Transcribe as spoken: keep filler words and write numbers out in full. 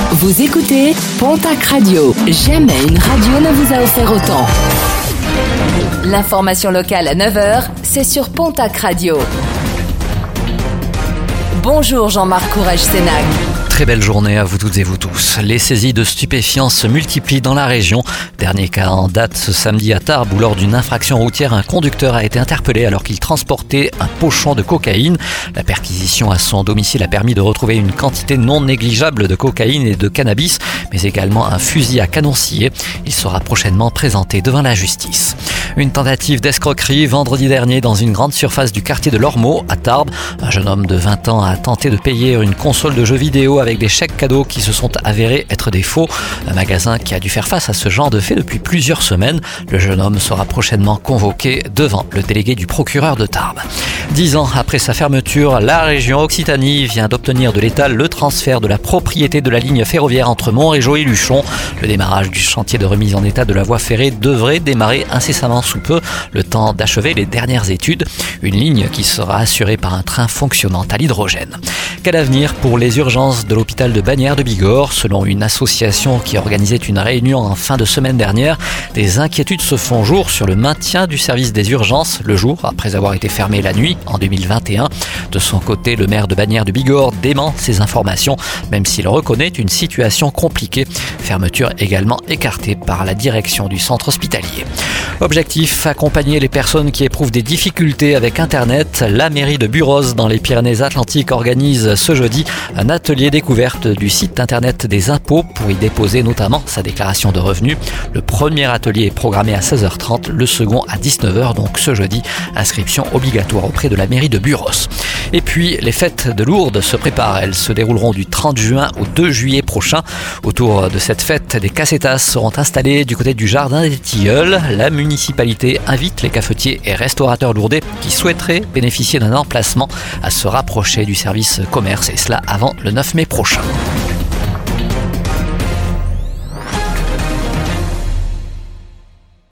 Vous écoutez Pontac Radio. Jamais une radio ne vous a offert autant. L'information locale à neuf heures, c'est sur Pontac Radio. Bonjour Jean-Marc Courage-Sénac. Très belle journée à vous toutes et vous tous. Les saisies de stupéfiants se multiplient dans la région. Dernier cas en date ce samedi à Tarbes où lors d'une infraction routière, un conducteur a été interpellé alors qu'il transportait un pochon de cocaïne. La perquisition à son domicile a permis de retrouver une quantité non négligeable de cocaïne et de cannabis, mais également un fusil à canon scié. Il sera prochainement présenté devant la justice. Une tentative d'escroquerie vendredi dernier dans une grande surface du quartier de l'Ormeau à Tarbes. Un jeune homme de vingt ans a tenté de payer une console de jeux vidéo avec des chèques cadeaux qui se sont avérés être des faux. Un magasin qui a dû faire face à ce genre de fait depuis plusieurs semaines. Le jeune homme sera prochainement convoqué devant le délégué du procureur de Tarbes. Dix ans après sa fermeture, la région Occitanie vient d'obtenir de l'État le transfert de la propriété de la ligne ferroviaire entre Montrégeau et Luchon. Le démarrage du chantier de remise en état de la voie ferrée devrait démarrer incessamment sous peu, le temps d'achever les dernières études. Une ligne qui sera assurée par un train fonctionnant à l'hydrogène. Quel avenir pour les urgences de l'hôpital de Bagnères de Bigorre? Selon une association qui organisait une réunion en fin de semaine dernière, des inquiétudes se font jour sur le maintien du service des urgences le jour, après avoir été fermé la nuit en deux mille vingt et un. De son côté, le maire de Bagnères de Bigorre dément ces informations, même s'il reconnaît une situation compliquée. Fermeture également écartée par la direction du centre hospitalier. Objectif, accompagner les personnes qui éprouvent des difficultés avec Internet. La mairie de Buros dans les Pyrénées-Atlantiques organise ce jeudi un atelier découverte du site internet des impôts pour y déposer notamment sa déclaration de revenus. Le premier atelier est programmé à seize heures trente, le second à dix-neuf heures, donc ce jeudi. Inscription obligatoire auprès de la mairie de Buros. Et puis, les fêtes de Lourdes se préparent. Elles se dérouleront du trente juin au deux juillet prochain. Autour de cette fête, des casetas seront installées du côté du jardin des Tilleuls. La municipalité invite les cafetiers et restaurateurs lourdais qui souhaiteraient bénéficier d'un emplacement à se rapprocher du service commerce, et cela avant le neuf mai prochain.